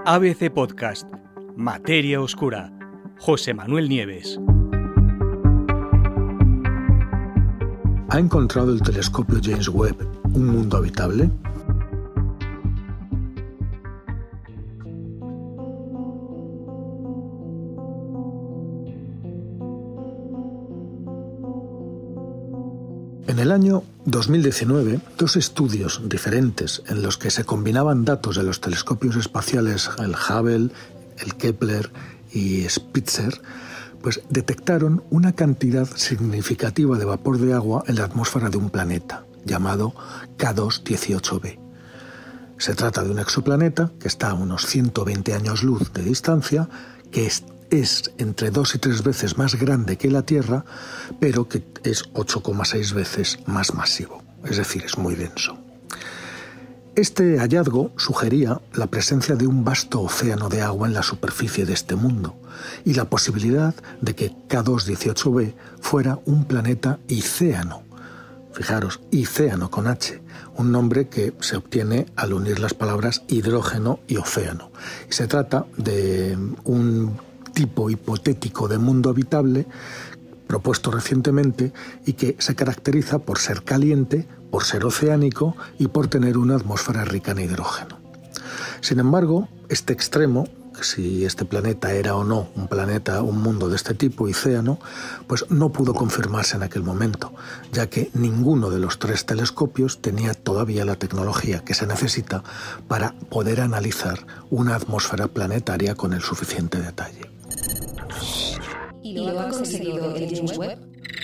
ABC Podcast, Materia Oscura, José Manuel Nieves. ¿Ha encontrado el telescopio James Webb un mundo habitable? En el año 2019, dos estudios diferentes en los que se combinaban datos de los telescopios espaciales, el Hubble, el Kepler y Spitzer, pues detectaron una cantidad significativa de vapor de agua en la atmósfera de un planeta, llamado K2-18b. Se trata de un exoplaneta que está a unos 120 años luz de distancia, que es entre 2 y 3 veces más grande que la Tierra, pero que es 8,6 veces más masivo, es decir, es muy denso. Este hallazgo sugería la presencia de un vasto océano de agua en la superficie de este mundo y la posibilidad de que K2-18b fuera un planeta icéano. Fijaros, icéano con H, un nombre que se obtiene al unir las palabras hidrógeno y océano. Y se trata de un tipo hipotético de mundo habitable propuesto recientemente y que se caracteriza por ser caliente, por ser oceánico y por tener una atmósfera rica en hidrógeno. Sin embargo, este extremo, si este planeta era o no un planeta, un mundo de este tipo, icéano, pues no pudo confirmarse en aquel momento, ya que ninguno de los 3 telescopios tenía todavía la tecnología que se necesita para poder analizar una atmósfera planetaria con el suficiente detalle. ¿Y lo ha conseguido el James Webb?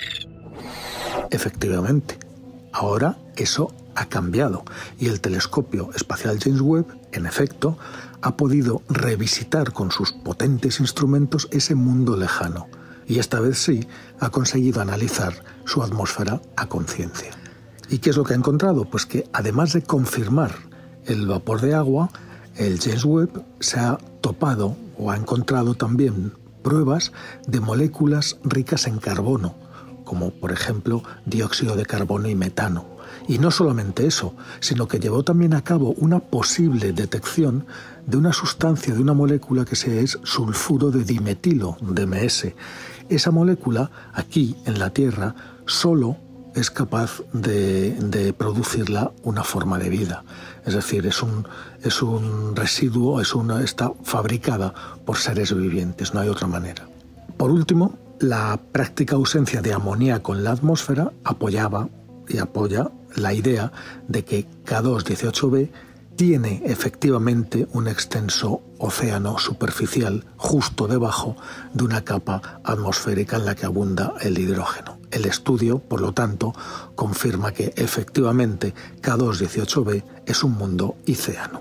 Efectivamente, ahora eso ha cambiado y el telescopio espacial James Webb, en efecto, ha podido revisitar con sus potentes instrumentos ese mundo lejano y esta vez sí ha conseguido analizar su atmósfera a conciencia. ¿Y qué es lo que ha encontrado? Pues que además de confirmar el vapor de agua, el James Webb se ha topado o ha encontrado también pruebas de moléculas ricas en carbono, como por ejemplo dióxido de carbono y metano. Y no solamente eso, sino que llevó también a cabo una posible detección de una sustancia, de una molécula que es sulfuro de dimetilo, DMS. Esa molécula, aquí en la Tierra, solo es capaz de producirla una forma de vida. Es decir, es un residuo, está fabricada por seres vivientes, no hay otra manera. Por último, la práctica ausencia de amoníaco en la atmósfera apoyaba y apoya la idea de que K2-18b tiene efectivamente un extenso océano superficial justo debajo de una capa atmosférica en la que abunda el hidrógeno. El estudio, por lo tanto, confirma que efectivamente K2-18b es un mundo icéano.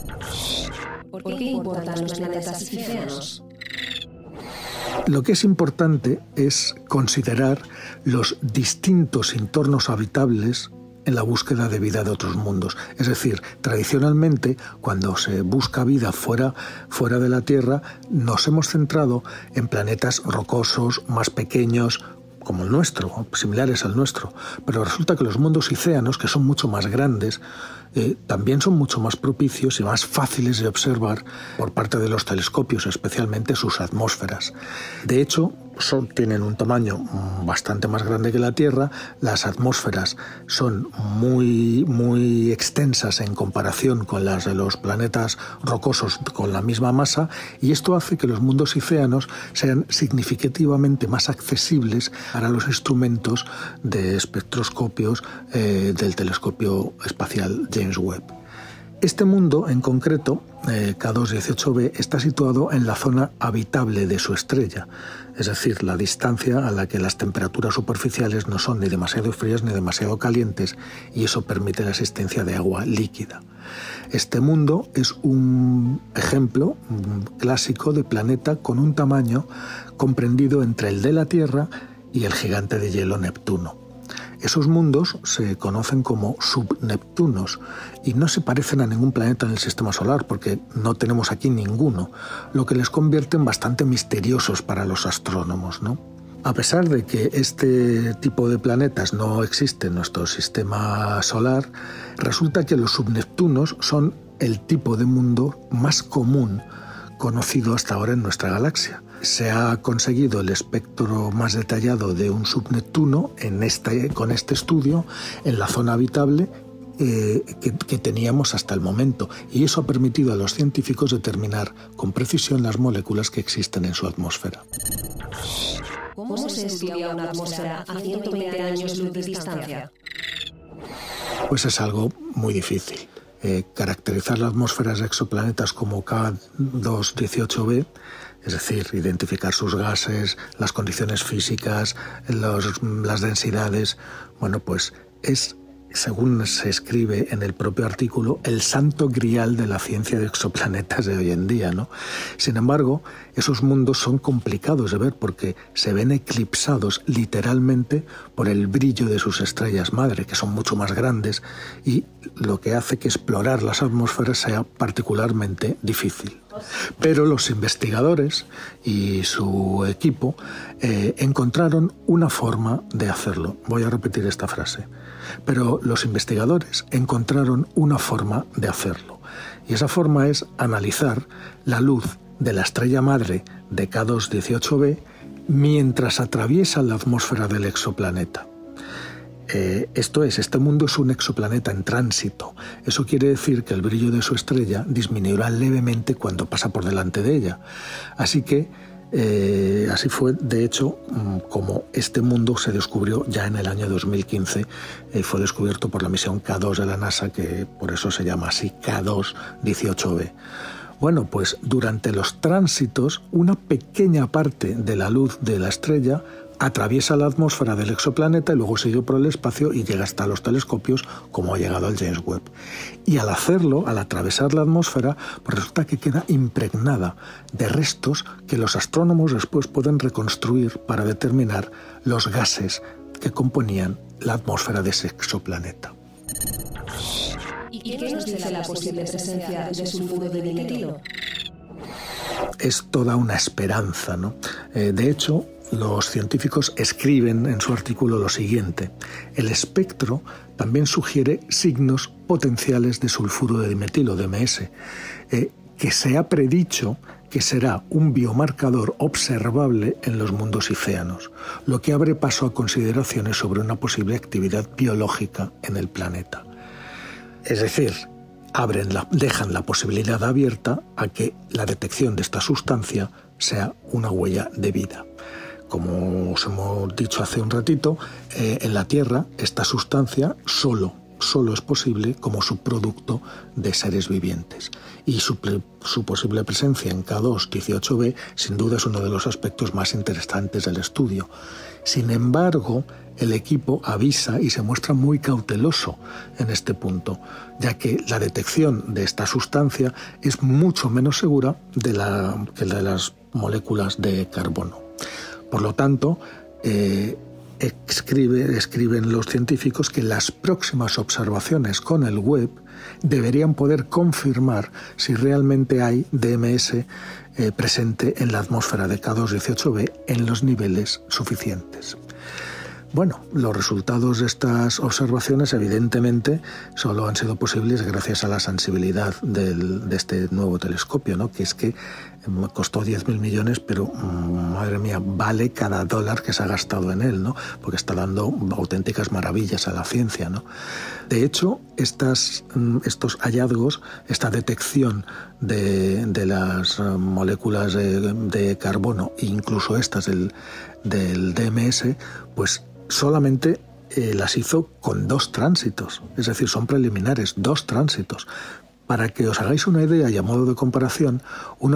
¿Por qué importan los planetas icéanos? Lo que es importante es considerar los distintos entornos habitables en la búsqueda de vida de otros mundos. Es decir, tradicionalmente, cuando se busca vida fuera de la Tierra, nos hemos centrado en planetas rocosos, más pequeños, como el nuestro, similares al nuestro. Pero resulta que los mundos icéanos, que son mucho más grandes, también son mucho más propicios y más fáciles de observar por parte de los telescopios, especialmente sus atmósferas. De hecho, tienen un tamaño bastante más grande que la Tierra, las atmósferas son muy, muy extensas en comparación con las de los planetas rocosos con la misma masa, y esto hace que los mundos icéanos sean significativamente más accesibles para los instrumentos de espectroscopios del telescopio espacial James Webb. Este mundo en concreto, K2-18b, está situado en la zona habitable de su estrella, es decir, la distancia a la que las temperaturas superficiales no son ni demasiado frías ni demasiado calientes, y eso permite la existencia de agua líquida. Este mundo es un ejemplo clásico de planeta con un tamaño comprendido entre el de la Tierra y el gigante de hielo Neptuno. Esos mundos se conocen como subneptunos y no se parecen a ningún planeta en el sistema solar porque no tenemos aquí ninguno, lo que les convierte en bastante misteriosos para los astrónomos, ¿no? A pesar de que este tipo de planetas no existe en nuestro sistema solar, resulta que los subneptunos son el tipo de mundo más común conocido hasta ahora en nuestra galaxia. Se ha conseguido el espectro más detallado de un subneptuno con este estudio en la zona habitable que teníamos hasta el momento, y eso ha permitido a los científicos determinar con precisión las moléculas que existen en su atmósfera. ¿Cómo se estudia una atmósfera a 120 años luz de distancia? Pues es algo muy difícil. Caracterizar las atmósferas de exoplanetas como K2-18b, es decir, identificar sus gases, las condiciones físicas, las densidades, bueno, pues es, según se escribe en el propio artículo, el santo grial de la ciencia de exoplanetas de hoy en día, ¿no? Sin embargo, esos mundos son complicados de ver porque se ven eclipsados literalmente por el brillo de sus estrellas madre, que son mucho más grandes, y lo que hace que explorar las atmósferas sea particularmente difícil. Pero los investigadores y su equipo encontraron una forma de hacerlo. Voy a repetir esta frase. Pero los investigadores encontraron una forma de hacerlo. Y esa forma es analizar la luz de la estrella madre de K2-18b mientras atraviesa la atmósfera del exoplaneta. Esto es, este mundo es un exoplaneta en tránsito. Eso quiere decir que el brillo de su estrella disminuirá levemente cuando pasa por delante de ella. Así fue, de hecho, como este mundo se descubrió ya en el año 2015. Fue descubierto por la misión K2 de la NASA, que por eso se llama así, K2-18b. Bueno, pues durante los tránsitos, una pequeña parte de la luz de la estrella atraviesa la atmósfera del exoplaneta y luego sigue por el espacio y llega hasta los telescopios, como ha llegado el James Webb. Y al hacerlo, al atravesar la atmósfera, pues resulta que queda impregnada de restos que los astrónomos después pueden reconstruir para determinar los gases que componían la atmósfera de ese exoplaneta. ¿Y qué nos dice la posible presencia de sulfuro de dimetilo? Es toda una esperanza, ¿no? De hecho, los científicos escriben en su artículo lo siguiente: el espectro también sugiere signos potenciales de sulfuro de dimetilo, DMS, que se ha predicho que será un biomarcador observable en los mundos icéanos, lo que abre paso a consideraciones sobre una posible actividad biológica en el planeta. Es decir, dejan la posibilidad abierta a que la detección de esta sustancia sea una huella de vida. Como os hemos dicho hace un ratito, en la Tierra esta sustancia solo es posible como subproducto de seres vivientes. Y su posible presencia en K2-18b sin duda es uno de los aspectos más interesantes del estudio. Sin embargo, el equipo avisa y se muestra muy cauteloso en este punto, ya que la detección de esta sustancia es mucho menos segura que la de las moléculas de carbono. Por lo tanto, escriben los científicos que las próximas observaciones con el Webb deberían poder confirmar si realmente hay DMS presente en la atmósfera de K2-18b en los niveles suficientes. Bueno, los resultados de estas observaciones evidentemente solo han sido posibles gracias a la sensibilidad de este nuevo telescopio, ¿no? Que es que costó 10.000 millones, pero madre mía, vale cada dólar que se ha gastado en él, ¿no? Porque está dando auténticas maravillas a la ciencia, ¿no? De hecho, estos hallazgos, esta detección de las moléculas de carbono, incluso estas del DMS, pues solamente las hizo con 2 tránsitos, es decir, son preliminares, 2 tránsitos. Para que os hagáis una idea y a modo de comparación, una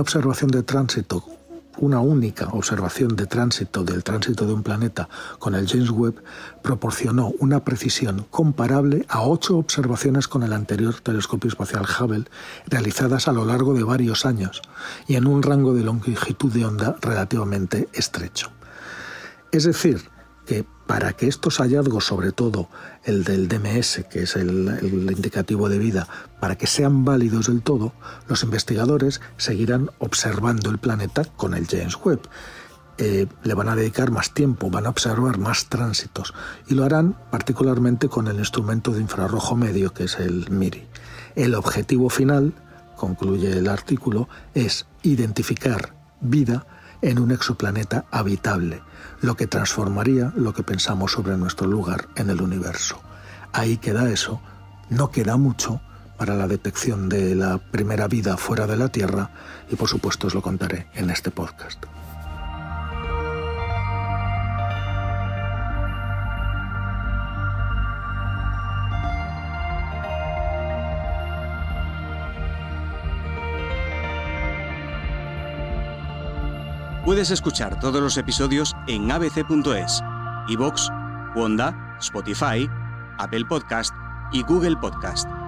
única observación de tránsito del tránsito de un planeta con el James Webb proporcionó una precisión comparable a 8 observaciones con el anterior telescopio espacial Hubble realizadas a lo largo de varios años y en un rango de longitud de onda relativamente estrecho. Es decir, que para que estos hallazgos, sobre todo el del DMS, que es el indicativo de vida, para que sean válidos del todo, los investigadores seguirán observando el planeta con el James Webb. le van a dedicar más tiempo, van a observar más tránsitos y lo harán particularmente con el instrumento de infrarrojo medio que es el MIRI. El objetivo final, concluye el artículo, es identificar vida en un exoplaneta habitable, lo que transformaría lo que pensamos sobre nuestro lugar en el universo. Ahí queda eso, no queda mucho para la detección de la primera vida fuera de la Tierra y por supuesto os lo contaré en este podcast. Puedes escuchar todos los episodios en abc.es, iVoox, Wanda, Spotify, Apple Podcast y Google Podcast.